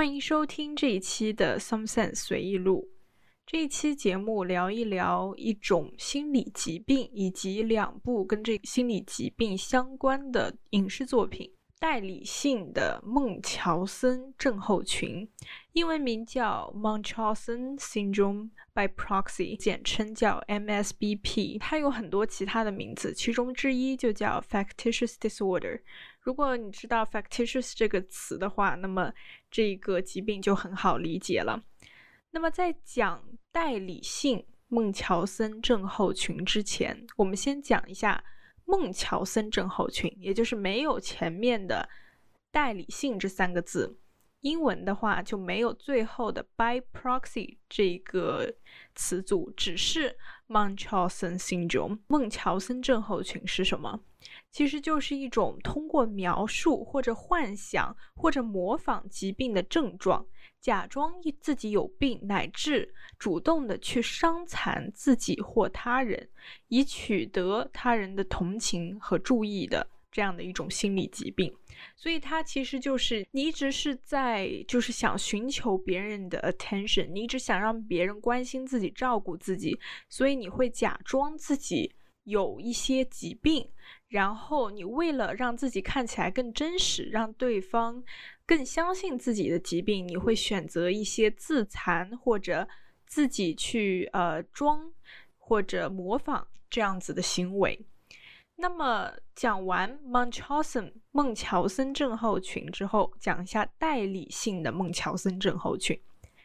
欢迎收听这一期的 Some Sense 随意录。这一期节目聊一聊一种心理疾病，以及2部跟这个心理疾病相关的影视作品。代理性的孟乔森症候群，英文名叫 Munchausen Syndrome by Proxy， 简称叫 MSBP。 它有很多其他的名字，其中之一就叫 Factitious Disorder。 如果你知道 Factitious 这个词的话，那么这个疾病就很好理解了。那么在讲代理性孟乔森症候群之前，我们先讲一下孟乔森症候群，也就是没有前面的代理性这3个字，英文的话就没有最后的 by proxy 这个词组，只是 Munchausen Syndrome。 孟乔森症候群是什么？其实就是一种通过描述或者幻想或者模仿疾病的症状，假装自己有病，乃至主动的去伤残自己或他人，以取得他人的同情和注意的这样的一种心理疾病。所以它其实就是你一直是在就是想寻求别人的 attention， 你一直想让别人关心自己，照顾自己，所以你会假装自己有一些疾病，然后你为了让自己看起来更真实，让对方更相信自己的疾病，你会选择一些自残或者自己去装或者模仿这样子的行为。那么讲完 Munchausen 孟乔森症候群之后，讲一下代理性的孟乔森症候群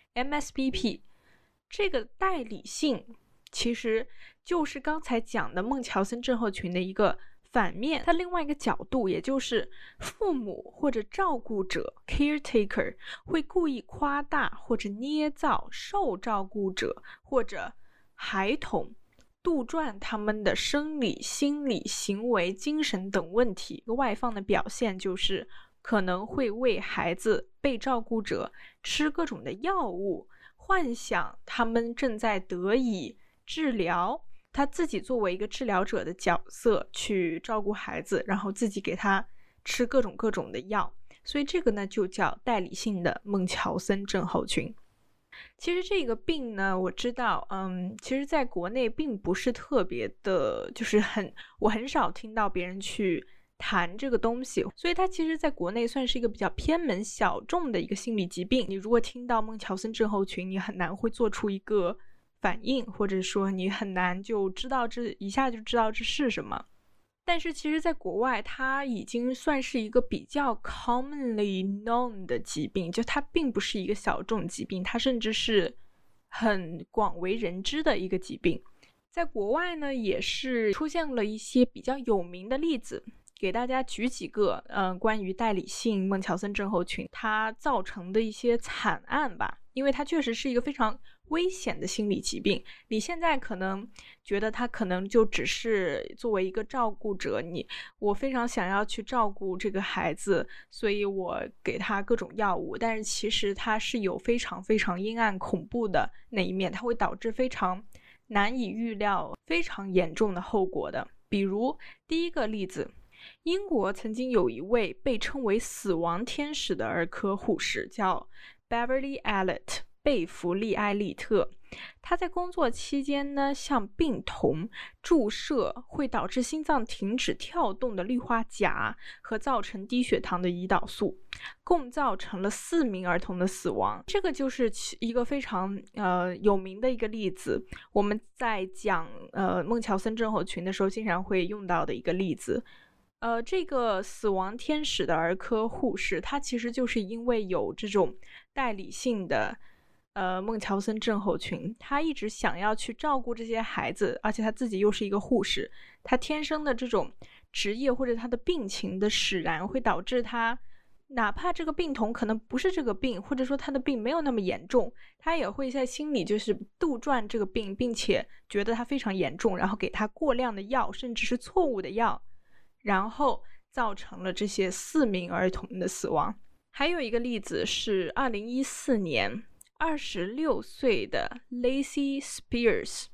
MSBP。 这个代理性其实就是刚才讲的孟乔森症候群的一个反面，它另外一个角度，也就是父母或者照顾者 caretaker 会故意夸大或者捏造受照顾者或者孩童，杜撰他们的生理、心理、行为、精神等问题。一个外放的表现就是可能会为孩子被照顾者吃各种的药物，幻想他们正在得以治疗，他自己作为一个治疗者的角色去照顾孩子，然后自己给他吃各种的药。所以这个呢就叫代理性的孟乔森症候群。其实这个病呢，我知道其实在国内并不是特别的，就是我很少听到别人去谈这个东西，所以它其实在国内算是一个比较偏门小众的一个心理疾病。你如果听到孟乔森症候群，你很难会做出一个反应，或者说你很难就知道一下就知道这是什么。但是其实在国外它已经算是一个比较 commonly known 的疾病，就它并不是一个小众疾病，它甚至是很广为人知的一个疾病。在国外呢也是出现了一些比较有名的例子，给大家举几个关于代理性孟乔森症候群它造成的一些惨案吧。因为它确实是一个非常危险的心理疾病，你现在可能觉得它可能就只是作为一个照顾者，我非常想要去照顾这个孩子，所以我给他各种药物，但是其实它是有非常非常阴暗恐怖的那一面，它会导致非常难以预料非常严重的后果的。比如第一个例子，英国曾经有一位被称为死亡天使的儿科护士，叫 Beverly Elliott 贝弗利埃利特。他在工作期间呢，向病童注射会导致心脏停止跳动的氯化钾和造成低血糖的胰岛素，共造成了4名儿童的死亡。这个就是一个非常有名的一个例子，我们在讲孟乔森症候群的时候经常会用到的一个例子。这个死亡天使的儿科护士，他其实就是因为有这种代理性的孟乔森症候群，他一直想要去照顾这些孩子，而且他自己又是一个护士，他天生的这种职业或者他的病情的使然，会导致他哪怕这个病童可能不是这个病，或者说他的病没有那么严重，他也会在心里就是杜撰这个病，并且觉得他非常严重，然后给他过量的药，甚至是错误的药，然后造成了这些4名儿童的死亡。还有一个例子是2014年26岁的 Lacey Spears，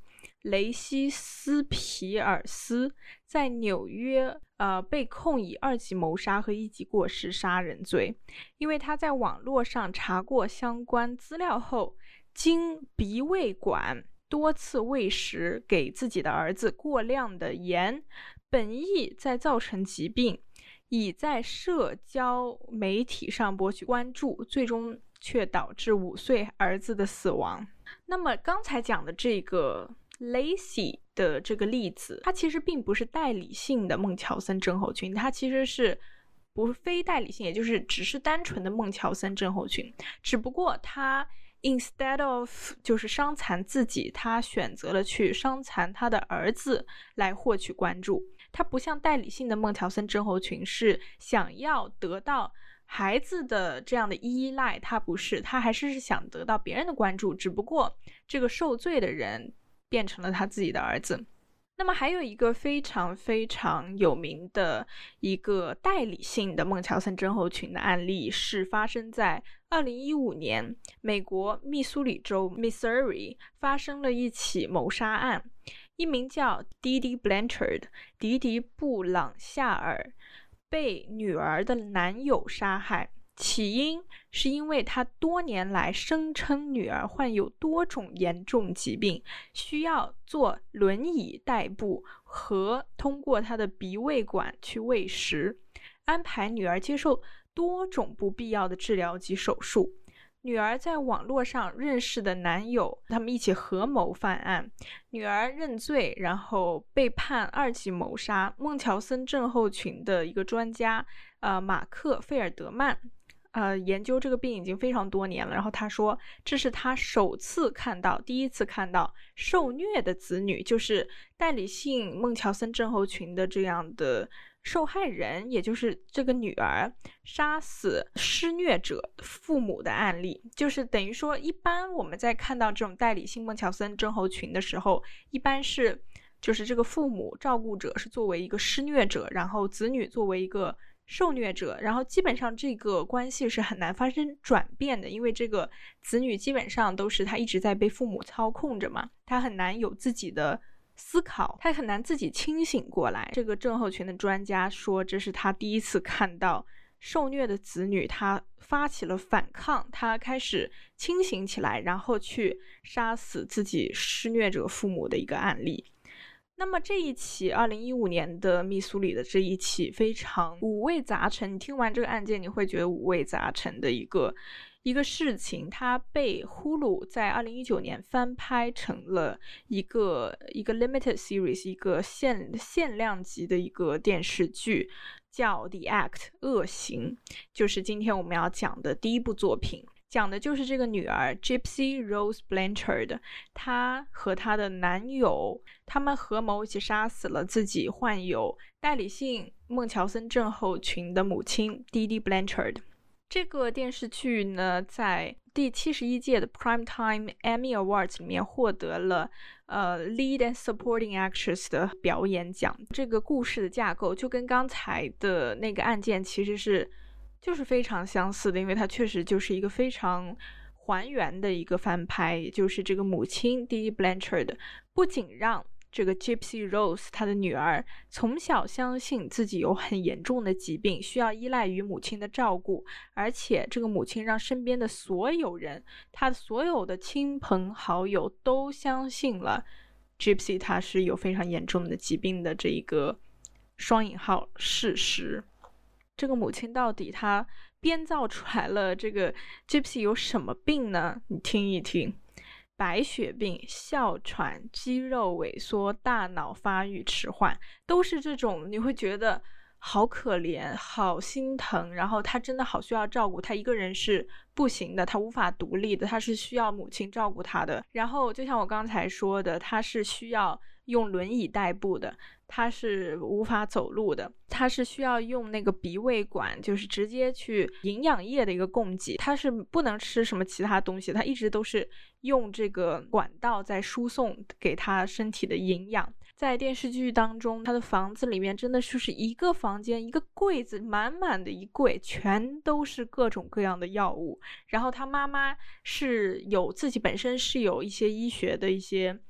雷西斯皮尔斯在纽约被控以2级谋杀和1级过失杀人罪，因为他在网络上查过相关资料后，经鼻胃管多次喂食给自己的儿子过量的盐，本意在造成疾病，以在社交媒体上博取关注，最终却导致5岁儿子的死亡。那么刚才讲的这个 Laci 的这个例子，它其实并不是代理性的孟乔森症候群，它其实是不是非代理性，也就是只是单纯的孟乔森症候群，只不过它 instead of 就是伤残自己，他选择了去伤残他的儿子来获取关注。它不像代理性的孟乔森症候群是想要得到孩子的这样的依赖，他不是，他还是想得到别人的关注，只不过这个受罪的人变成了他自己的儿子。那么还有一个非常非常有名的一个代理性的孟乔森症候群的案例，是发生在2015年美国密苏里州 Missouri 发生了一起谋杀案，一名叫 Dee Blanchard 迪迪布朗夏尔被女儿的男友杀害，起因是因为他多年来声称女儿患有多种严重疾病，需要坐轮椅代步和通过她的鼻胃管去喂食，安排女儿接受多种不必要的治疗及手术。女儿在网络上认识的男友，他们一起合谋犯案，女儿认罪，然后被判2级谋杀。孟乔森症候群的一个专家马克·费尔德曼研究这个病已经非常多年了，然后他说这是他第一次看到受虐的子女，就是代理性孟乔森症候群的这样的受害人，也就是这个女儿杀死施虐者父母的案例。就是等于说，一般我们在看到这种代理性孟乔森症候群的时候，一般是就是这个父母照顾者是作为一个施虐者，然后子女作为一个受虐者，然后基本上这个关系是很难发生转变的，因为这个子女基本上都是他一直在被父母操控着嘛，他很难有自己的思考，他很难自己清醒过来。这个症候群的专家说，这是他第一次看到受虐的子女他发起了反抗，他开始清醒起来，然后去杀死自己施虐者父母的一个案例。那么这一起2015年的密苏里的这一起非常五味杂陈，你听完这个案件你会觉得五味杂陈的一个事情，它被 Hulu 在2019年翻拍成了一个 limited series， 一个限量级的一个电视剧，叫 The Act 恶行，就是今天我们要讲的第一部作品，讲的就是这个女儿 Gypsy Rose Blanchard， 她和她的男友，他们合谋一起杀死了自己患有代理性孟乔森症候群的母亲 Dee Blanchard。这个电视剧呢，在第71届的 Primetime Emmy Awards 里面获得了Lead and Supporting Actress 的表演奖。这个故事的架构就跟刚才的那个案件其实就是非常相似的，因为它确实就是一个非常还原的一个翻拍，也就是这个母亲 Dee Blanchard 不仅让这个 Gypsy Rose 她的女儿从小相信自己有很严重的疾病，需要依赖于母亲的照顾，而且这个母亲让身边的所有人，她的所有的亲朋好友都相信了 Gypsy 她是有非常严重的疾病的这一个双引号事实。这个母亲到底她编造出来了这个 Gypsy 有什么病呢？你听一听，白血病、哮喘、肌肉萎缩、大脑发育迟缓，都是这种你会觉得好可怜好心疼，然后他真的好需要照顾，他一个人是不行的，他无法独立的，他是需要母亲照顾他的。然后就像我刚才说的，他是需要用轮椅代步的，他是无法走路的，他是需要用那个鼻胃管，就是直接去营养液的一个供给，他是不能吃什么其他东西，他一直都是用这个管道在输送给他身体的营养。在电视剧当中，他的房子里面真的就是一个房间一个柜子，满满的一柜全都是各种各样的药物，然后他妈妈是有自己本身是有一些医学的一些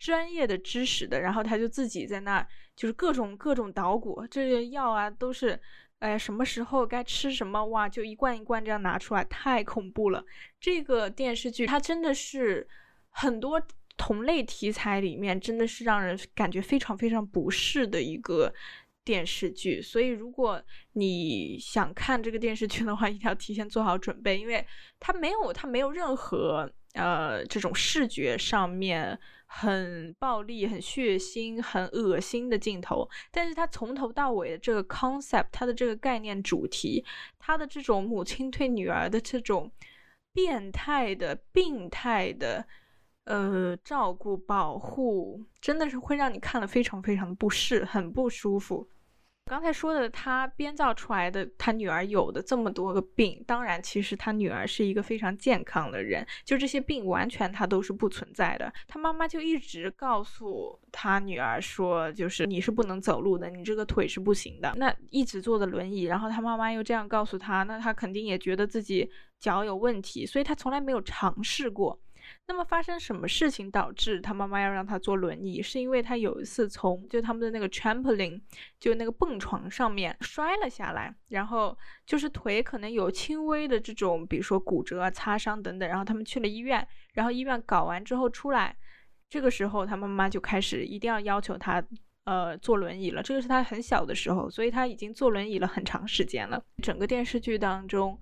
专业的知识的，然后他就自己在那就是各种捣鼓，这个药啊都是什么时候该吃什么，哇，就一罐一罐这样拿出来，太恐怖了。这个电视剧它真的是很多同类题材里面真的是让人感觉非常非常不适的一个电视剧，所以如果你想看这个电视剧的话，一定要提前做好准备，因为它没有任何这种视觉上面很暴力、很血腥、很恶心的镜头，但是它从头到尾的这个 concept， 它的这个概念主题，它的这种母亲对女儿的这种变态的、病态的照顾保护，真的是会让你看了非常非常的不适，很不舒服。刚才说的他编造出来的他女儿有的这么多个病，当然其实他女儿是一个非常健康的人，就这些病完全他都是不存在的。他妈妈就一直告诉他女儿说，就是你是不能走路的，你这个腿是不行的，那一直坐的轮椅，然后他妈妈又这样告诉他，那他肯定也觉得自己脚有问题，所以他从来没有尝试过。那么发生什么事情导致他妈妈要让他坐轮椅，是因为他有一次从就他们的那个 trampoline 就那个蹦床上面摔了下来，然后就是腿可能有轻微的这种比如说骨折啊、擦伤等等，然后他们去了医院，然后医院搞完之后出来，这个时候他妈妈就开始一定要求他坐轮椅了。这个是他很小的时候，所以他已经坐轮椅了很长时间了。整个电视剧当中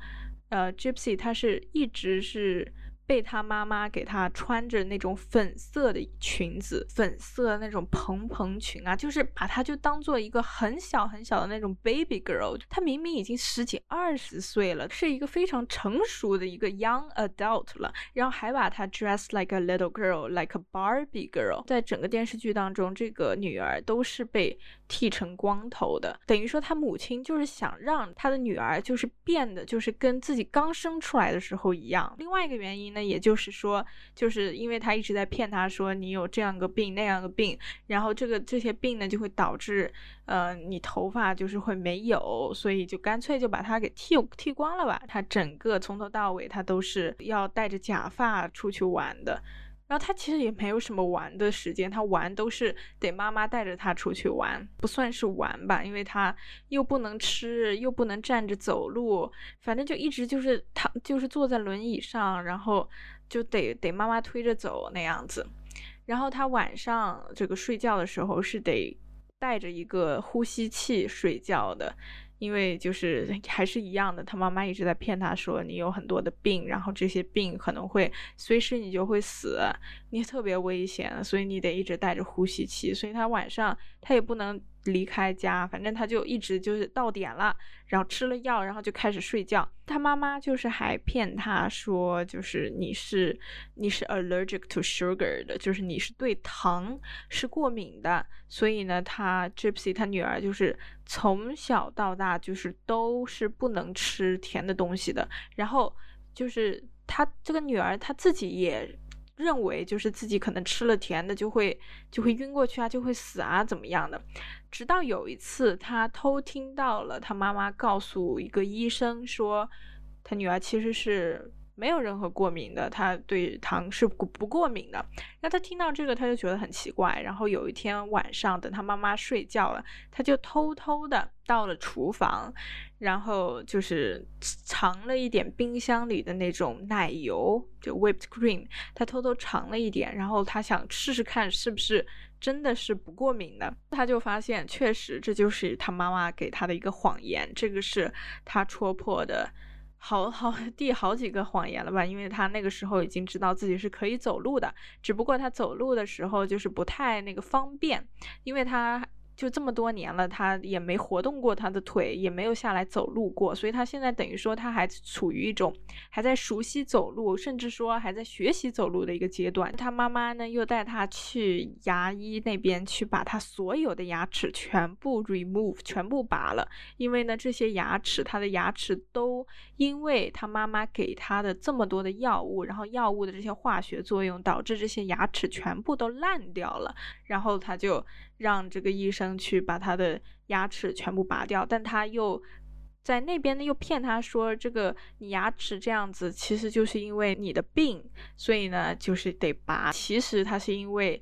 Gypsy 他是一直是被他妈妈给他穿着那种粉色的裙子，粉色那种蓬蓬裙啊，就是把他就当做一个很小很小的那种 baby girl。他明明已经10几20岁了，是一个非常成熟的一个 young adult 了，然后还把他 dress like a little girl, like a Barbie girl。在整个电视剧当中，这个女儿都是被剃成光头的，等于说他母亲就是想让他的女儿就是变得就是跟自己刚生出来的时候一样。另外一个原因呢，也就是说，就是因为他一直在骗他说你有这样个病那样个病，然后这些病呢就会导致你头发就是会没有，所以就干脆就把它给剃光了吧。他整个从头到尾他都是要戴着假发出去玩的。然后他其实也没有什么玩的时间，他玩都是得妈妈带着他出去玩，不算是玩吧，因为他又不能吃，又不能站着走路，反正就一直就是他就是坐在轮椅上，然后就得妈妈推着走那样子。然后他晚上这个睡觉的时候是得带着一个呼吸器睡觉的，因为就是还是一样的，他妈妈一直在骗他说你有很多的病，然后这些病可能会随时你就会死，你特别危险，所以你得一直带着呼吸器。所以他晚上他也不能离开家，反正他就一直就是到点了，然后吃了药，然后就开始睡觉。他妈妈就是还骗他说就是你是 allergic to sugar 的，就是你是对糖是过敏的，所以呢他 Gypsy 他女儿就是从小到大就是都是不能吃甜的东西的。然后就是他这个女儿她自己也认为就是自己可能吃了甜的就会晕过去啊，就会死啊怎么样的。直到有一次他偷听到了他妈妈告诉一个医生说他女儿其实是没有任何过敏的，他对糖是不过敏的。那他听到这个他就觉得很奇怪，然后有一天晚上等他妈妈睡觉了，他就偷偷的到了厨房，然后就是尝了一点冰箱里的那种奶油，就 whipped cream， 他偷偷尝了一点，然后他想试试看是不是真的是不过敏的。他就发现确实这就是他妈妈给他的一个谎言，这个是他戳破的第好几个谎言了吧，因为他那个时候已经知道自己是可以走路的，只不过他走路的时候就是不太那个方便，因为他就这么多年了，他也没活动过他的腿，也没有下来走路过，所以他现在等于说他还处于一种还在熟悉走路，甚至说还在学习走路的一个阶段。他妈妈呢又带他去牙医那边去把他所有的牙齿全部 remove 全部拔了，因为呢这些牙齿他的牙齿都因为他妈妈给他的这么多的药物，然后药物的这些化学作用导致这些牙齿全部都烂掉了，然后他就让这个医生去把他的牙齿全部拔掉，但他又在那边呢又骗他说这个你牙齿这样子其实就是因为你的病，所以呢就是得拔，其实他是因为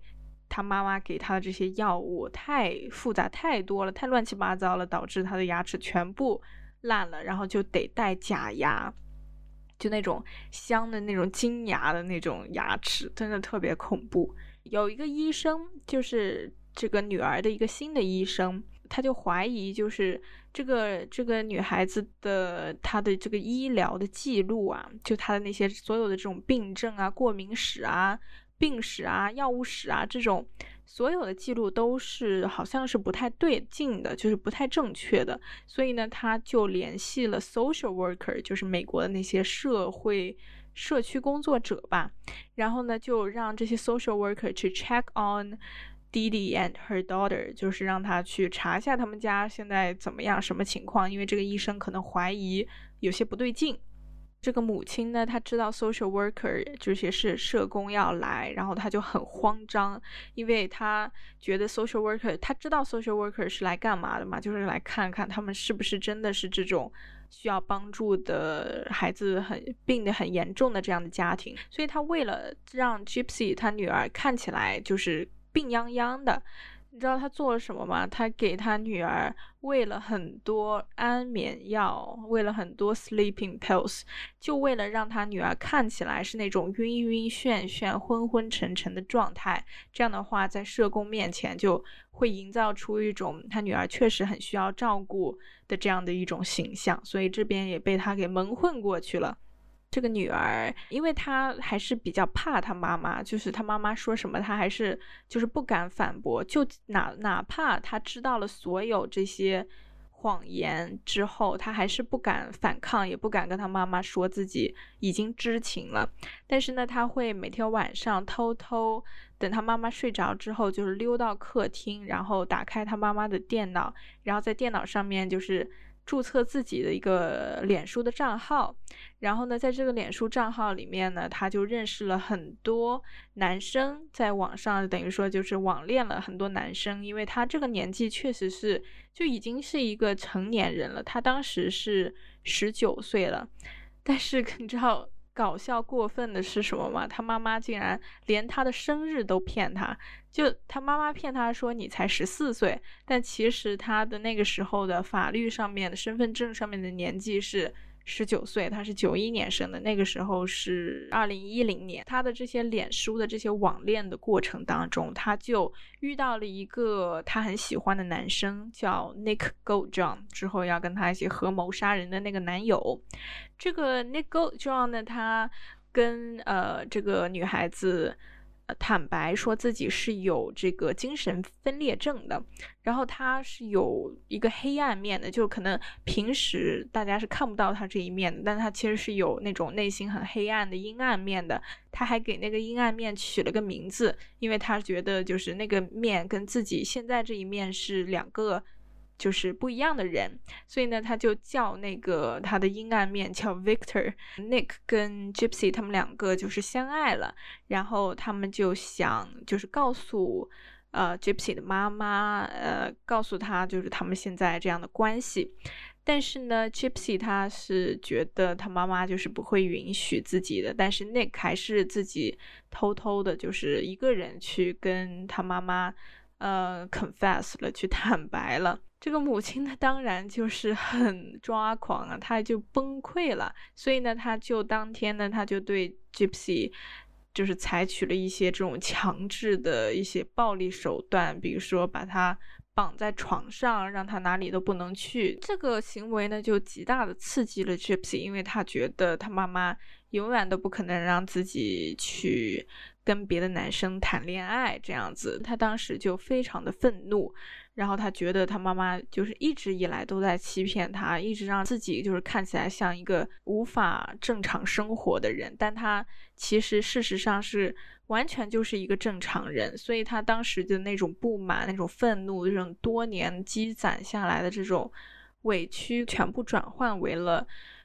他妈妈给他的这些药物太复杂太多了，太乱七八糟了，导致他的牙齿全部烂了，然后就得戴假牙，就那种镶的那种金牙的那种牙齿，真的特别恐怖。有一个医生，就是这个女儿的一个新的医生，他就怀疑就是这个女孩子的她的这个医疗的记录啊，就她的那些所有的这种病症啊、过敏史啊、病史啊、药物史啊，这种所有的记录都是好像是不太对劲的，就是不太正确的。所以呢，他就联系了 social worker， 就是美国的那些社区工作者吧，然后呢就让这些 social worker 去 check on Didi and her daughter， 就是让他去查一下他们家现在怎么样，什么情况，因为这个医生可能怀疑有些不对劲。这个母亲呢，她知道 social worker 这些是社工要来，然后她就很慌张，因为她觉得 social worker， 她知道 social worker 是来干嘛的嘛，就是来看看他们是不是真的是这种需要帮助的孩子病得很严重的这样的家庭，所以她为了让 Gypsy 她女儿看起来就是病殃殃的，你知道他做了什么吗？他给他女儿喂了很多安眠药，喂了很多 sleeping pills， 就为了让他女儿看起来是那种晕晕眩眩、昏昏沉沉的状态。这样的话，在社工面前就会营造出一种他女儿确实很需要照顾的这样的一种形象，所以这边也被他给蒙混过去了。这个女儿因为她还是比较怕她妈妈，就是她妈妈说什么她还是就是不敢反驳，就哪怕她知道了所有这些谎言之后，她还是不敢反抗，也不敢跟她妈妈说自己已经知情了。但是呢，她会每天晚上偷偷等她妈妈睡着之后，就是溜到客厅，然后打开她妈妈的电脑，然后在电脑上面就是注册自己的一个脸书的账号，然后呢，在这个脸书账号里面呢，他就认识了很多男生，在网上等于说就是网恋了很多男生，因为他这个年纪确实是就已经是一个成年人了，他当时是19岁了，但是你知道搞笑过分的是什么吗？他妈妈竟然连他的生日都骗他，就他妈妈骗他说你才14岁，但其实他的那个时候的法律上面的身份证上面的年纪是19岁，他是91年生的，那个时候是2010年。他的这些脸书的这些网恋的过程当中，他就遇到了一个他很喜欢的男生，叫 Nick Goldjohn， 之后要跟他一起合谋杀人的那个男友。这个 Nick Goldjohn 呢，他跟这个女孩子坦白说自己是有这个精神分裂症的，然后他是有一个黑暗面的，就可能平时大家是看不到他这一面的，但他其实是有那种内心很黑暗的阴暗面的。他还给那个阴暗面取了个名字，因为他觉得就是那个面跟自己现在这一面是两个就是不一样的人，所以呢他就叫那个他的阴暗面叫 Victor。 Nick 跟 Gypsy 他们两个就是相爱了，然后他们就想就是告诉Gypsy 的妈妈告诉他就是他们现在这样的关系。但是呢 Gypsy 他是觉得他妈妈就是不会允许自己的，但是 Nick 还是自己偷偷的就是一个人去跟他妈妈confess 了，去坦白了。这个母亲呢当然就是很抓狂啊，她就崩溃了，所以呢她就当天呢她就对 Gypsy 就是采取了一些这种强制的一些暴力手段，比如说把她绑在床上，让她哪里都不能去。这个行为呢就极大的刺激了 Gypsy， 因为她觉得她妈妈永远都不可能让自己去跟别的男生谈恋爱这样子。她当时就非常的愤怒，然后她觉得她妈妈就是一直以来都在欺骗她，一直让自己就是看起来像一个无法正常生活的人，但她其实事实上是完全就是一个正常人。所以她当时的那种不满、那种愤怒、这种多年积攒下来的这种委屈，全部转换为了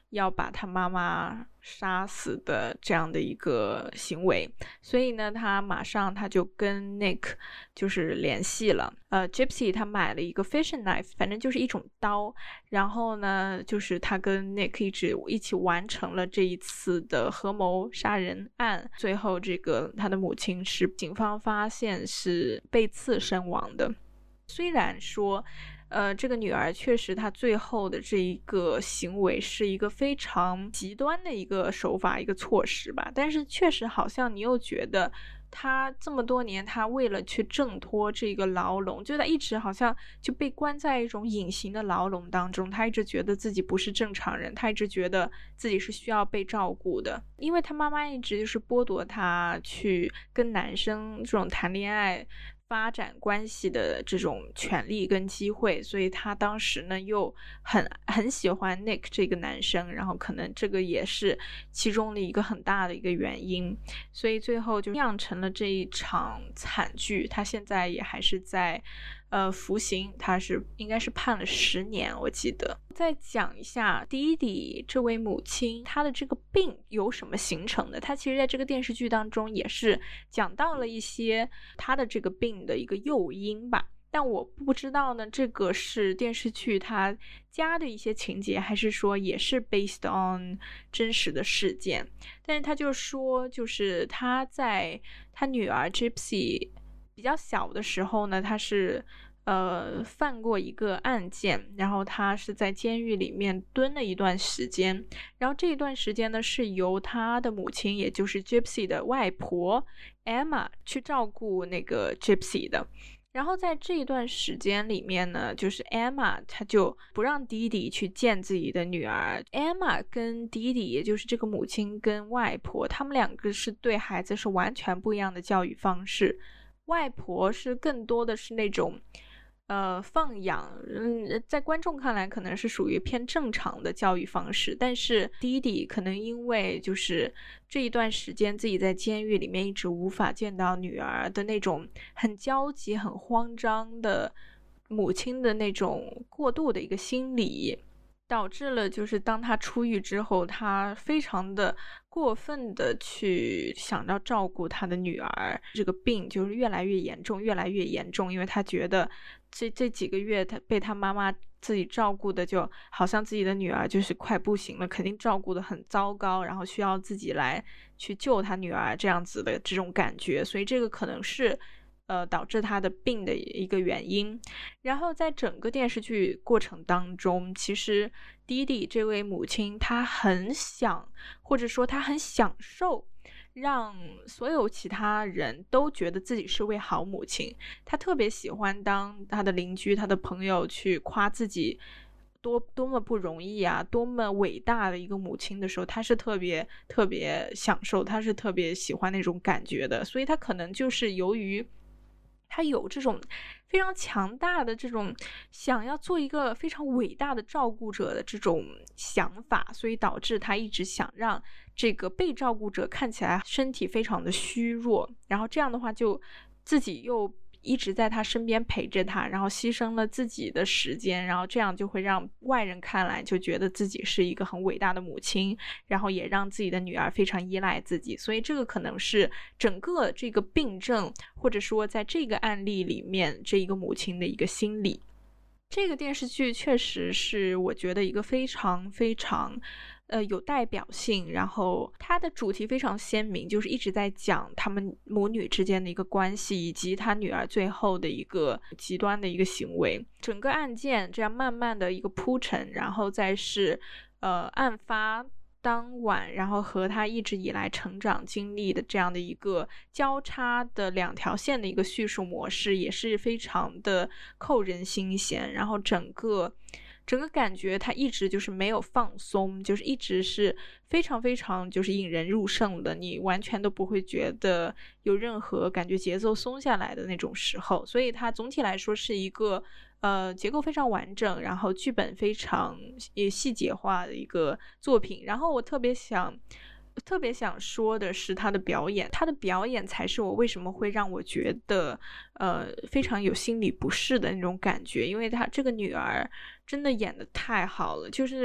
要把他妈妈杀死的这样的一个行为，所以呢他马上他就跟 Nick 就是联系了。Gypsy 他买了一个 fishing knife， 反正就是一种刀，然后呢就是他跟 Nick 一起完成了这一次的合谋杀人案。最后这个他的母亲是警方发现是被刺身亡的。虽然说这个女儿确实她最后的这一个行为是一个非常极端的一个手法，一个措施吧，但是确实好像你又觉得她这么多年她为了去挣脱这个牢笼，就她一直好像就被关在一种隐形的牢笼当中，她一直觉得自己不是正常人，她一直觉得自己是需要被照顾的，因为她妈妈一直就是剥夺她去跟男生这种谈恋爱发展关系的这种权利跟机会，所以他当时呢又很喜欢 Nick 这个男生，然后可能这个也是其中的一个很大的一个原因，所以最后就酿成了这一场惨剧。他现在也还是在服刑，他应该是判了10年，我记得。再讲一下迪迪这位母亲，她的这个病由什么形成的？她其实在这个电视剧当中也是讲到了一些她的这个病的一个诱因吧，但我不知道呢，这个是电视剧它加的一些情节，还是说也是 based on 真实的事件。但是他就说，就是他在他女儿 Gypsy 比较小的时候呢，他是犯过一个案件，然后他是在监狱里面蹲了一段时间，然后这一段时间呢是由他的母亲，也就是 Gypsy 的外婆 Emma 去照顾那个 Gypsy 的。然后在这一段时间里面呢，就是 Emma 她就不让迪迪去见自己的女儿。Emma 跟迪迪，也就是这个母亲跟外婆，他们两个是对孩子是完全不一样的教育方式。外婆是更多的是那种放养，在观众看来可能是属于偏正常的教育方式，但是弟弟可能因为就是这一段时间自己在监狱里面一直无法见到女儿的那种很焦急很慌张的母亲的那种过度的一个心理，导致了就是当他出狱之后，他非常的过分的去想要照顾他的女儿，这个病就是越来越严重越来越严重，因为他觉得这几个月他被他妈妈自己照顾的就好像自己的女儿就是快不行了，肯定照顾的很糟糕，然后需要自己来去救他女儿这样子的这种感觉，所以这个可能是导致他的病的一个原因。然后在整个电视剧过程当中，其实迪迪这位母亲她很想，或者说她很享受让所有其他人都觉得自己是位好母亲。她特别喜欢当她的邻居她的朋友去夸自己多么不容易啊，多么伟大的一个母亲的时候，她是特别特别享受，她是特别喜欢那种感觉的。所以她可能就是由于他有这种非常强大的这种想要做一个非常伟大的照顾者的这种想法，所以导致他一直想让这个被照顾者看起来身体非常的虚弱，然后这样的话就自己又一直在他身边陪着他，然后牺牲了自己的时间，然后这样就会让外人看来就觉得自己是一个很伟大的母亲，然后也让自己的女儿非常依赖自己。所以这个可能是整个这个病症，或者说在这个案例里面这一个母亲的一个心理。这个电视剧确实是我觉得一个非常非常有代表性，然后它的主题非常鲜明，就是一直在讲他们母女之间的一个关系，以及他女儿最后的一个极端的一个行为。整个案件这样慢慢的一个铺陈，然后再是案发当晚，然后和他一直以来成长经历的这样的一个交叉的2条线的一个叙述模式，也是非常的扣人心弦。然后整个感觉它一直就是没有放松，就是一直是非常非常就是引人入胜的，你完全都不会觉得有任何感觉节奏松下来的那种时候。所以它总体来说是一个结构非常完整，然后剧本非常也细节化的一个作品。然后我特别想说的是他的表演，他的表演才是我为什么会让我觉得非常有心理不适的那种感觉，因为他这个女儿真的演得太好了，就是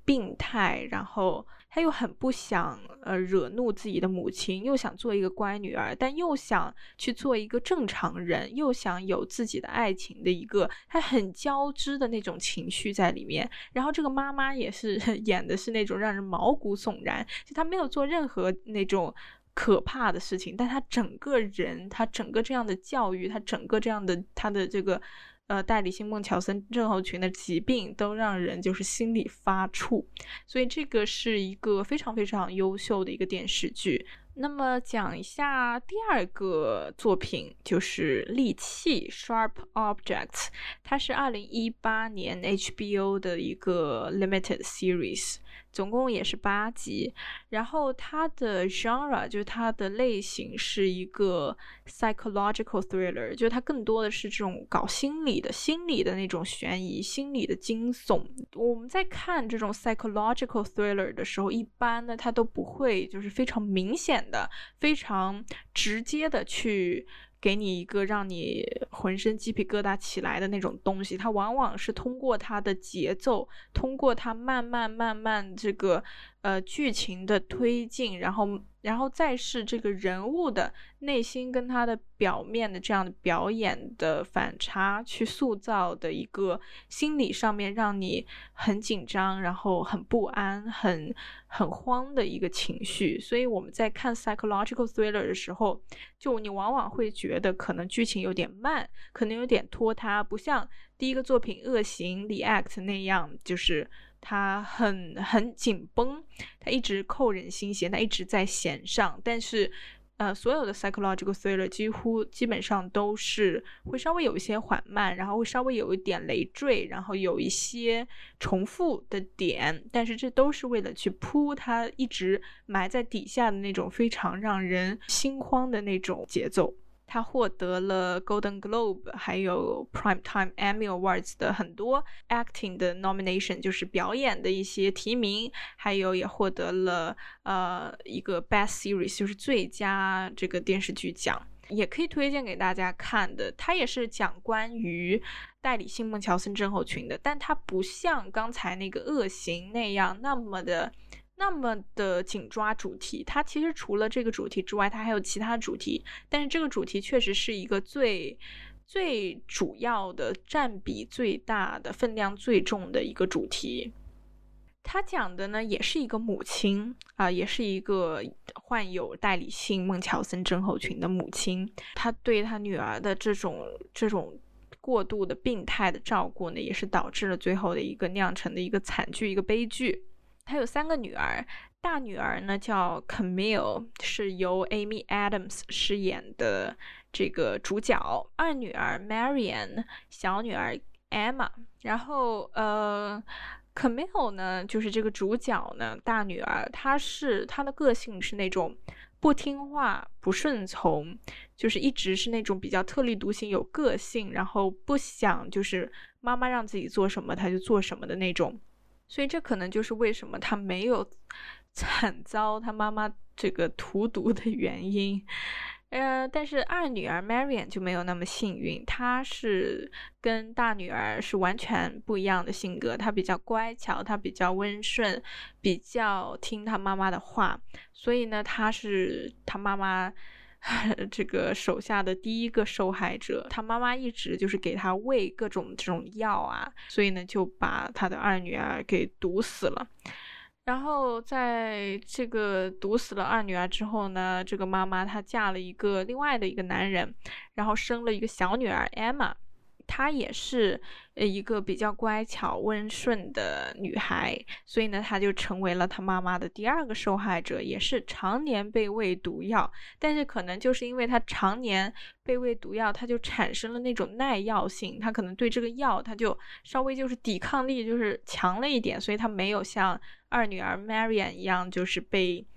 病态，然后他又很不想惹怒自己的母亲，又想做一个乖女儿，但又想去做一个正常人，又想有自己的爱情的一个，他很交织的那种情绪在里面。然后这个妈妈也是演的是那种让人毛骨悚然，就他没有做任何那种可怕的事情，但他整个人，他整个这样的教育，他整个这样的他的这个代理性孟乔森症候群的疾病都让人就是心里发怵，所以这个是一个非常非常优秀的一个电视剧。那么讲一下第二个作品，就是利器 Sharp Objects， 它是2018年 HBO 的一个 limited series， 总共也是8集，然后它的 genre 就是它的类型是一个 psychological thriller， 就是它更多的是这种搞心理的那种悬疑，心理的惊悚。我们在看这种 psychological thriller 的时候，一般呢它都不会就是非常明显的非常直接的去给你一个让你浑身鸡皮疙瘩起来的那种东西，它往往是通过它的节奏，通过它慢慢这个剧情的推进，然后再是这个人物的内心跟他的表面的这样的表演的反差，去塑造的一个心理上面让你很紧张，然后很不安，很慌的一个情绪。所以我们在看 psychological thriller 的时候，就你往往会觉得可能剧情有点慢，可能有点拖沓，不像第一个作品恶行 The Act 那样，就是它很紧绷，它一直扣人心弦，它一直在弦上。但是所有的 psychological thriller 基本上都是会稍微有一些缓慢，然后会稍微有一点累赘，然后有一些重复的点，但是这都是为了去铺它一直埋在底下的那种非常让人心慌的那种节奏。他获得了 Golden Globe 还有 Primetime Emmy Awards 的很多 acting 的 nomination， 就是表演的一些提名，还有也获得了一个 Best Series， 就是最佳这个电视剧奖，也可以推荐给大家看的。它也是讲关于代理性孟乔森症候群的，但它不像刚才那个恶行那样那么的紧抓主题，它其实除了这个主题之外，它还有其他主题，但是这个主题确实是一个最主要的、占比最大的、分量最重的一个主题。他讲的呢也是一个母亲也是一个患有代理性孟乔森症候群的母亲，她对她女儿的这种过度的病态的照顾呢，也是导致了最后的一个酿成的一个惨剧，一个悲剧。她有3个女儿，大女儿呢叫 Camille， 是由 Amy Adams 饰演的这个主角，二女儿 Marianne， 小女儿 Emma。 然后Camille 呢就是这个主角呢，大女儿，她的个性是那种不听话不顺从，就是一直是那种比较特立独行有个性，然后不想就是妈妈让自己做什么她就做什么的那种。所以这可能就是为什么他没有惨遭他妈妈这个荼毒的原因。但是二女儿 Marianne 就没有那么幸运，她是跟大女儿是完全不一样的性格，她比较乖巧，她比较温顺，比较听她妈妈的话，所以呢她是她妈妈这个手下的第一个受害者。他妈妈一直就是给他喂各种这种药啊，所以呢就把他的二女儿给毒死了。然后在这个毒死了二女儿之后呢，这个妈妈她嫁了另外的一个男人，然后生了一个小女儿 Emma， 她也是一个比较乖巧温顺的女孩，所以呢她就成为了她妈妈的第2个受害者，也是常年被喂毒药。但是可能就是因为她常年被喂毒药，她就产生了那种耐药性，她可能对这个药她就稍微就是抵抗力就是强了一点，所以她没有像二女儿 Marianne 一样就是被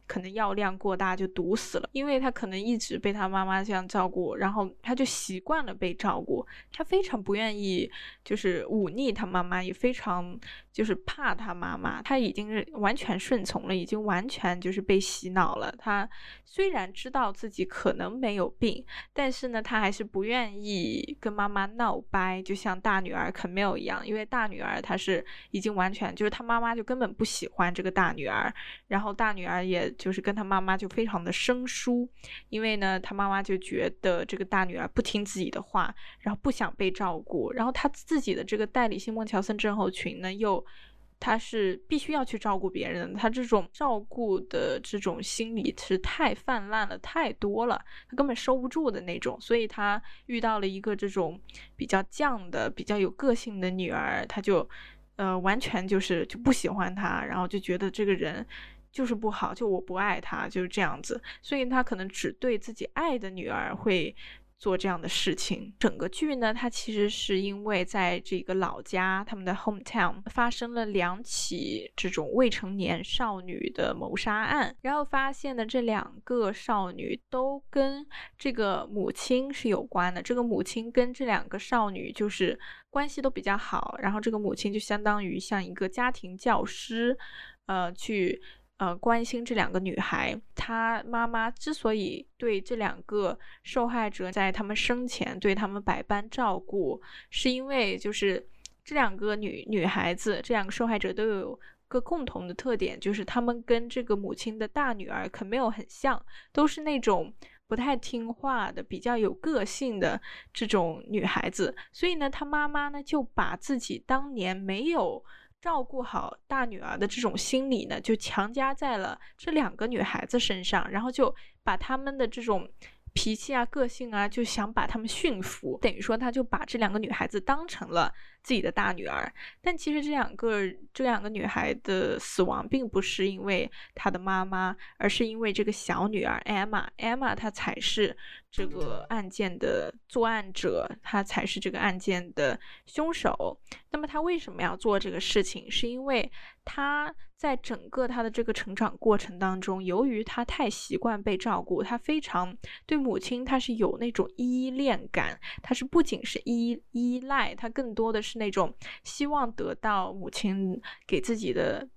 可能药量过大就毒死了，因为他可能一直被他妈妈这样照顾，然后他就习惯了被照顾，他非常不愿意就是忤逆他妈妈，也非常就是怕他妈妈，他已经是完全顺从了，已经完全就是被洗脑了。他虽然知道自己可能没有病，但是呢他还是不愿意跟妈妈闹掰，就像大女儿 Camille 一样，因为大女儿她是已经完全就是她妈妈就根本不喜欢这个大女儿，然后大女儿也就是跟她妈妈就非常的生疏，因为呢她妈妈就觉得这个大女儿不听自己的话，然后不想被照顾，然后她自己的这个代理性孟乔森症候群呢又他是必须要去照顾别人的，他这种照顾的这种心理是太泛滥了，太多了，他根本收不住的那种，所以他遇到了一个这种比较犟的比较有个性的女儿，他就完全就不喜欢他，然后就觉得这个人就是不好，就我不爱他，就是这样子，所以他可能只对自己爱的女儿会做这样的事情。整个剧呢，它其实是因为在这个老家他们的 hometown 发生了2起这种未成年少女的谋杀案，然后发现呢这2个少女都跟这个母亲是有关的，这个母亲跟这2个少女就是关系都比较好，然后这个母亲就相当于像一个家庭教师去关心这2个女孩。她妈妈之所以对这2个受害者在他们生前对他们百般照顾，是因为就是这2个女孩子，这2个受害者都有个共同的特点，就是她们跟这个母亲的大女儿Camille很像，都是那种不太听话的比较有个性的这种女孩子，所以呢她妈妈呢就把自己当年没有照顾好大女儿的这种心理呢就强加在了这2个女孩子身上，然后就把她们的这种脾气啊个性啊就想把她们驯服，等于说他就把这2个女孩子当成了自己的大女儿。但其实这两个女孩的死亡并不是因为她的妈妈，而是因为这个小女儿 Emma 她才是这个案件的作案者，她才是这个案件的凶手。那么她为什么要做这个事情，是因为她在整个她的这个成长过程当中，由于她太习惯被照顾，她非常对母亲她是有那种依恋感，她是不仅是依赖，她更多的是那种希望得到母亲给自己的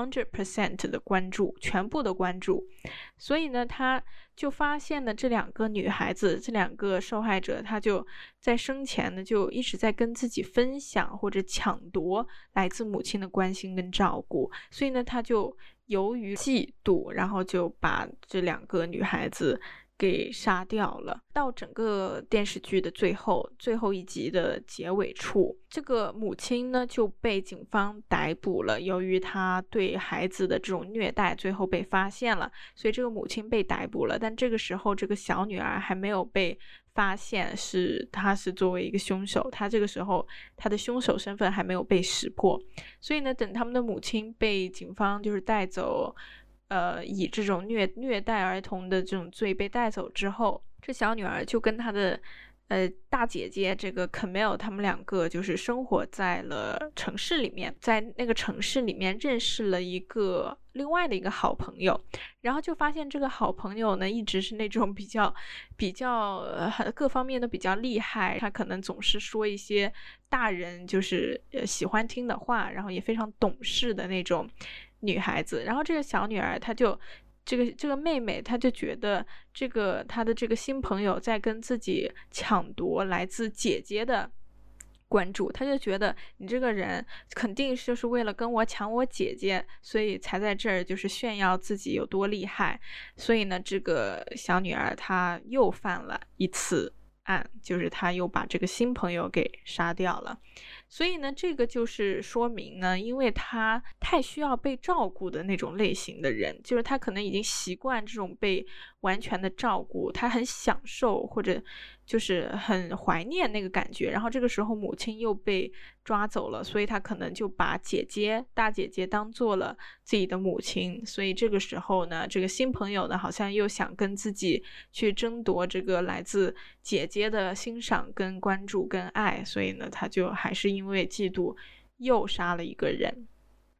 100% 的关注，全部的关注。所以呢她就发现了这2个女孩子，这2个受害者，她就在生前呢就一直在跟自己分享或者抢夺来自母亲的关心跟照顾，所以呢她就由于嫉妒，然后就把这2个女孩子给杀掉了。到整个电视剧的最后一集的结尾处，这个母亲呢就被警方逮捕了，由于她对孩子的这种虐待最后被发现了，所以这个母亲被逮捕了。但这个时候这个小女儿还没有被发现她是作为一个凶手，她这个时候她的凶手身份还没有被识破，所以呢等他们的母亲被警方就是带走，以这种虐待儿童的这种罪被带走之后，这小女儿就跟她的大姐姐这个 Camille 他们2个就是生活在了城市里面，在那个城市里面认识了另外的一个好朋友，然后就发现这个好朋友呢一直是那种比较各方面都比较厉害，他可能总是说一些大人就是喜欢听的话，然后也非常懂事的那种女孩子。然后这个小女儿她就这个妹妹她就觉得她的这个新朋友在跟自己抢夺来自姐姐的关注，她就觉得你这个人肯定就是为了跟我抢我姐姐，所以才在这儿就是炫耀自己有多厉害。所以呢这个小女儿她又犯了一次案，就是她又把这个新朋友给杀掉了。所以呢这个就是说明呢，因为她太需要被照顾的那种类型的人，就是她可能已经习惯这种被完全的照顾，她很享受或者就是很怀念那个感觉，然后这个时候母亲又被抓走了，所以她可能就把大姐姐当做了自己的母亲，所以这个时候呢这个新朋友呢好像又想跟自己去争夺这个来自姐姐的欣赏跟关注跟爱，所以呢他就还是因为嫉妒又杀了一个人。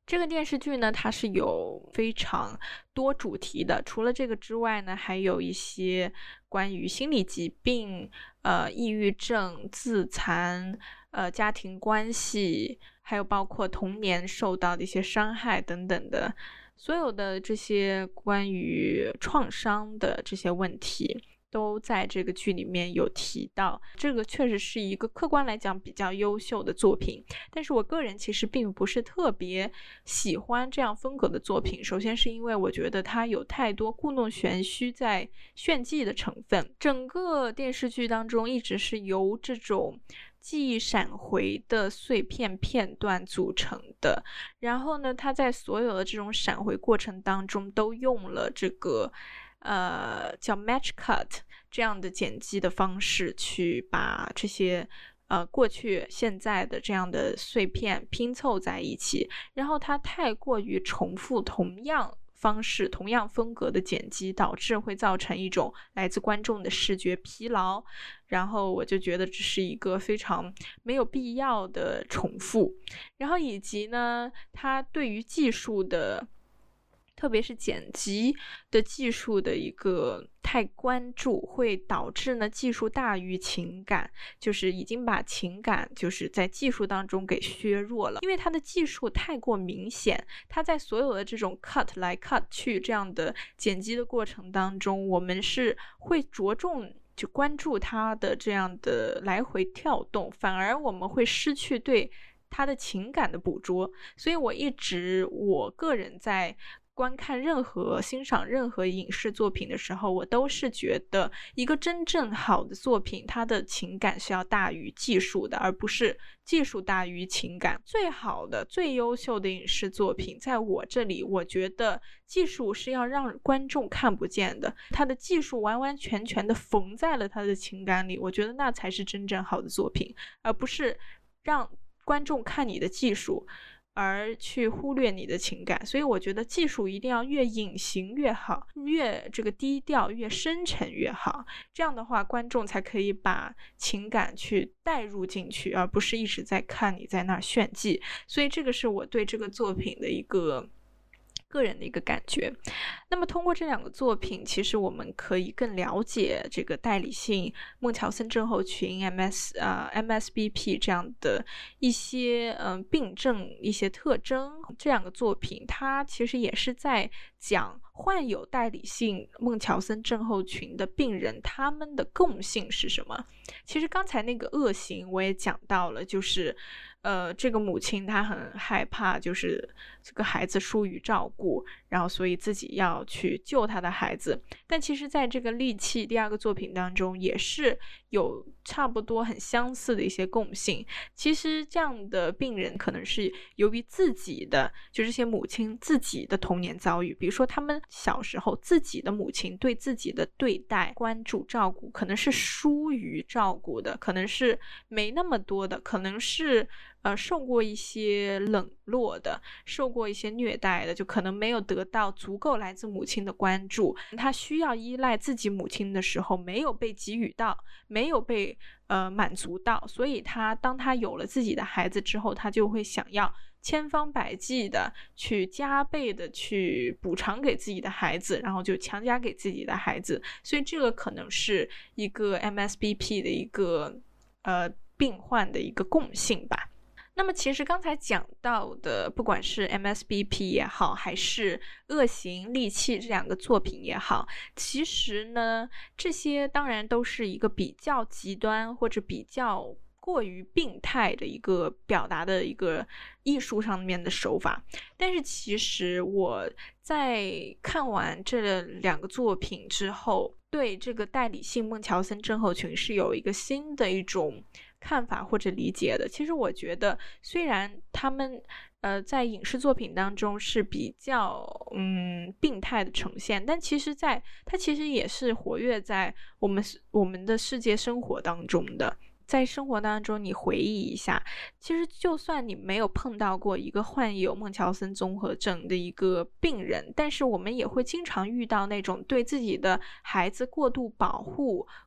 这个电视剧呢，它是有非常多主题的，除了这个之外呢，还有一些关于心理疾病、抑郁症、自残、家庭关系，还有包括童年受到的一些伤害等等的，所有的这些关于创伤的这些问题都在这个剧里面有提到。这个确实是一个客观来讲比较优秀的作品，但是我个人其实并不是特别喜欢这样风格的作品。首先是因为我觉得它有太多故弄玄虚在炫技的成分，整个电视剧当中一直是由这种记忆闪回的碎片片段组成的，然后呢，它在所有的这种闪回过程当中都用了这个叫 match cut 这样的剪辑的方式去把这些过去现在的这样的碎片拼凑在一起，然后它太过于重复同样方式同样风格的剪辑，导致会造成一种来自观众的视觉疲劳，然后我就觉得这是一个非常没有必要的重复。然后以及呢，它对于技术的特别是剪辑的技术的一个太关注，会导致呢技术大于情感，就是已经把情感就是在技术当中给削弱了。因为它的技术太过明显，它在所有的这种 cut 来 cut 去这样的剪辑的过程当中，我们是会着重就关注它的这样的来回跳动，反而我们会失去对它的情感的捕捉。所以我个人在观看欣赏任何影视作品的时候，我都是觉得一个真正好的作品，它的情感是要大于技术的，而不是技术大于情感。最好的最优秀的影视作品在我这里，我觉得技术是要让观众看不见的，它的技术完完全全的缝在了它的情感里，我觉得那才是真正好的作品，而不是让观众看你的技术而去忽略你的情感。所以我觉得技术一定要越隐形越好，越这个低调越深沉越好，这样的话观众才可以把情感去带入进去，而不是一直在看你在那儿炫技。所以这个是我对这个作品的一个个人的一个感觉。那么通过这两个作品，其实我们可以更了解这个代理性孟乔森症候群 MSBP 这样的一些病症一些特征。这两个作品它其实也是在讲患有代理性孟乔森症候群的病人他们的共性是什么。其实刚才那个恶行我也讲到了，就是这个母亲她很害怕就是这个孩子疏于照顾，然后所以自己要去救她的孩子。但其实在这个戾气第二个作品当中也是有差不多很相似的一些共性。其实这样的病人可能是由于自己的就这些母亲自己的童年遭遇，比如说他们小时候自己的母亲对自己的对待关注照顾可能是疏于照顾的，可能是没那么多的，可能是受过一些冷落的，受过一些虐待的，就可能没有得到足够来自母亲的关注，他需要依赖自己母亲的时候没有被给予到，没有被满足到，所以当他有了自己的孩子之后，他就会想要千方百计的去加倍的去补偿给自己的孩子，然后就强加给自己的孩子。所以这个可能是一个 MSBP 的一个病患的一个共性吧。那么其实刚才讲到的不管是 MSBP 也好，还是恶行戾气这两个作品也好，其实呢这些当然都是一个比较极端或者比较过于病态的一个表达的一个艺术上面的手法。但是其实我在看完这两个作品之后，对这个代理性孟乔森症候群是有一个新的一种看法或者理解的。其实我觉得虽然他们在影视作品当中是比较病态的呈现，但其实它其实也是活跃在我们的世界生活当中的。在生活当中你回忆一下，其实就算你没有碰到过一个患有孟乔森综合症的一个病人，但是我们也会经常遇到那种对自己的孩子过度保护、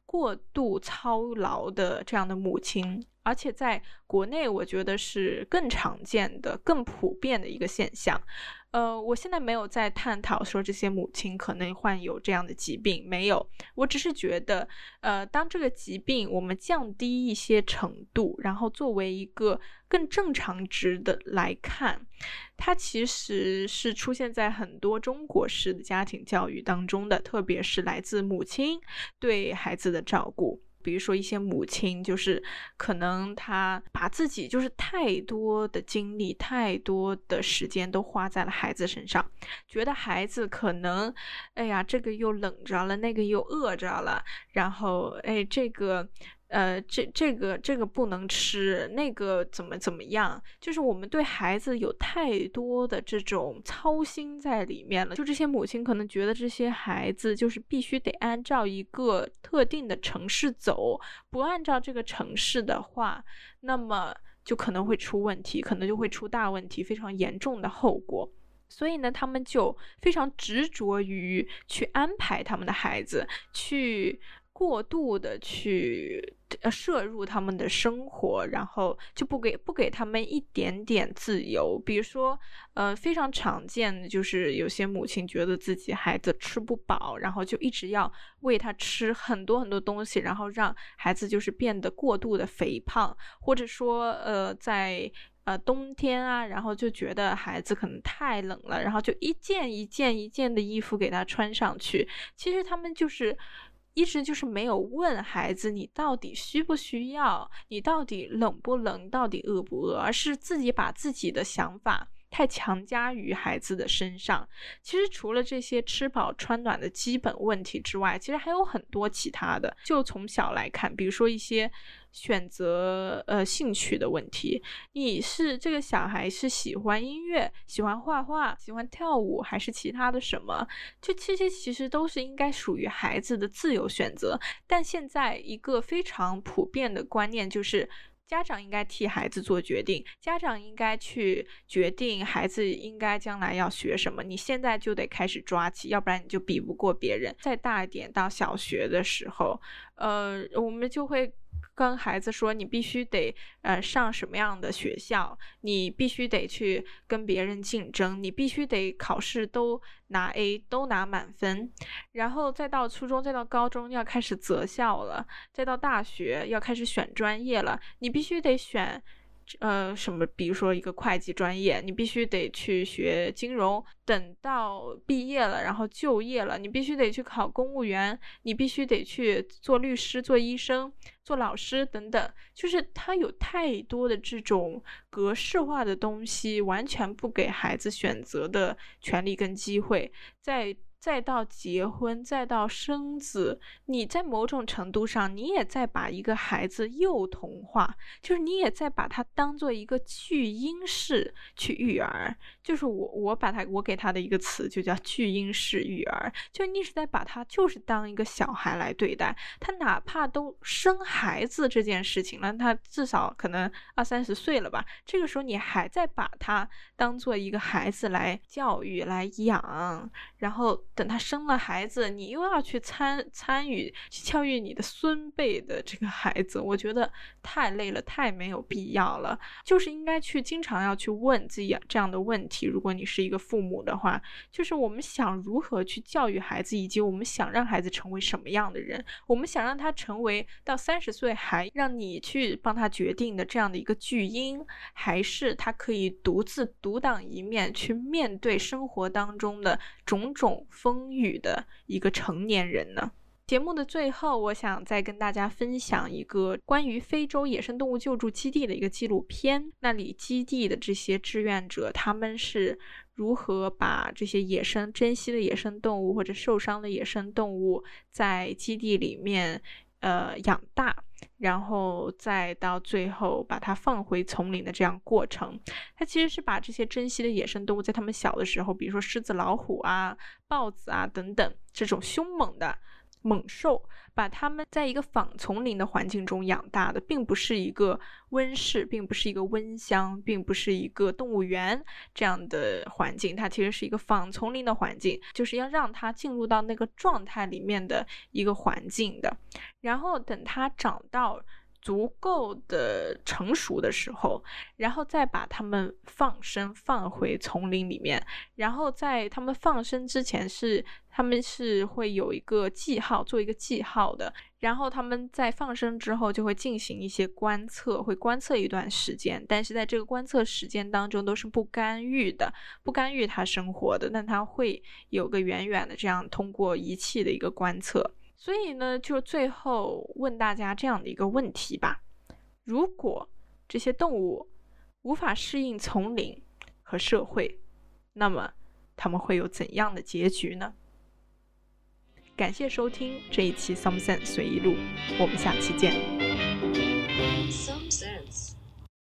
过度操劳的这样的母亲，而且在国内我觉得是更常见的、更普遍的一个现象。我现在没有在探讨说这些母亲可能患有这样的疾病，没有，我只是觉得当这个疾病我们降低一些程度，然后作为一个更正常值的来看，它其实是出现在很多中国式的家庭教育当中的，特别是来自母亲对孩子的照顾。比如说一些母亲就是可能她把自己就是太多的精力太多的时间都花在了孩子身上，觉得孩子可能哎呀这个又冷着了，那个又饿着了，然后这个不能吃，那个怎么样，就是我们对孩子有太多的这种操心在里面了。就这些母亲可能觉得这些孩子就是必须得按照一个特定的程式走，不按照这个程式的话，那么就可能会出问题，可能就会出大问题，非常严重的后果。所以呢，他们就非常执着于去安排他们的孩子，去过度的去摄入他们的生活，然后就不给他们一点点自由。比如说非常常见的就是有些母亲觉得自己孩子吃不饱，然后就一直要喂他吃很多很多东西，然后让孩子就是变得过度的肥胖，或者说在冬天啊，然后就觉得孩子可能太冷了，然后就一件一件的衣服给他穿上去。其实他们就是一直就是没有问孩子你到底需不需要，你到底冷不冷，你到底饿不饿，而是自己把自己的想法太强加于孩子的身上。其实除了这些吃饱穿暖的基本问题之外，其实还有很多其他的。就从小来看，比如说一些选择兴趣的问题，你是这个小孩是喜欢音乐，喜欢画画，喜欢跳舞，还是其他的什么，就这些其实都是应该属于孩子的自由选择。但现在一个非常普遍的观念就是家长应该替孩子做决定，家长应该去决定孩子应该将来要学什么，你现在就得开始抓起，要不然你就比不过别人。再大一点到小学的时候我们就会跟孩子说，你必须得上什么样的学校，你必须得去跟别人竞争，你必须得考试都拿 A， 都拿满分，然后再到初中，再到高中要开始择校了，再到大学要开始选专业了，你必须得选什么，比如说一个会计专业，你必须得去学金融，等到毕业了，然后就业了，你必须得去考公务员，你必须得去做律师、做医生、做老师等等。就是他有太多的这种格式化的东西，完全不给孩子选择的权利跟机会。再到结婚，再到生子，你在某种程度上你也在把一个孩子幼童化，就是你也在把他当做一个巨婴式去育儿。就是我给他的一个词就叫巨婴式育儿，就你是在把他就是当一个小孩来对待。他哪怕都生孩子这件事情了，他至少可能20-30岁了吧，这个时候你还在把他当做一个孩子来教育来养，然后等他生了孩子，你又要去参与去教育你的孙辈的这个孩子，我觉得太累了，太没有必要了。就是应该去经常要去问自己这样的问题，如果你是一个父母的话，就是我们想如何去教育孩子，以及我们想让孩子成为什么样的人，我们想让他成为到30岁还让你去帮他决定的这样的一个巨婴，还是他可以独自独当一面去面对生活当中的种种风雨的一个成年人呢？节目的最后，我想再跟大家分享一个关于非洲野生动物救助基地的一个纪录片。那里基地的这些志愿者，他们是如何把这些珍稀的野生动物或者受伤的野生动物在基地里面养大，然后再到最后把它放回丛林的这样过程。它其实是把这些珍稀的野生动物在它们小的时候，比如说狮子、老虎啊、豹子啊等等这种凶猛的猛兽，把它们在一个仿丛林的环境中养大的，并不是一个温室，并不是一个温箱，并不是一个动物园这样的环境，它其实是一个仿丛林的环境，就是要让它进入到那个状态里面的一个环境的。然后等它长到足够的成熟的时候，然后再把它们放回丛林里面，然后在它们放生之前它们是会有一个记号，做一个记号的，然后它们在放生之后就会进行一些观测，会观测一段时间，但是在这个观测时间当中都是不干预它生活的，但它会有个远远的这样通过仪器的一个观测。所以呢，就最后问大家这样的一个问题吧，如果这些动物无法适应丛林和社会，那么它们会有怎样的结局呢？感谢收听这一期 Some Sense 随意录，我们下期见。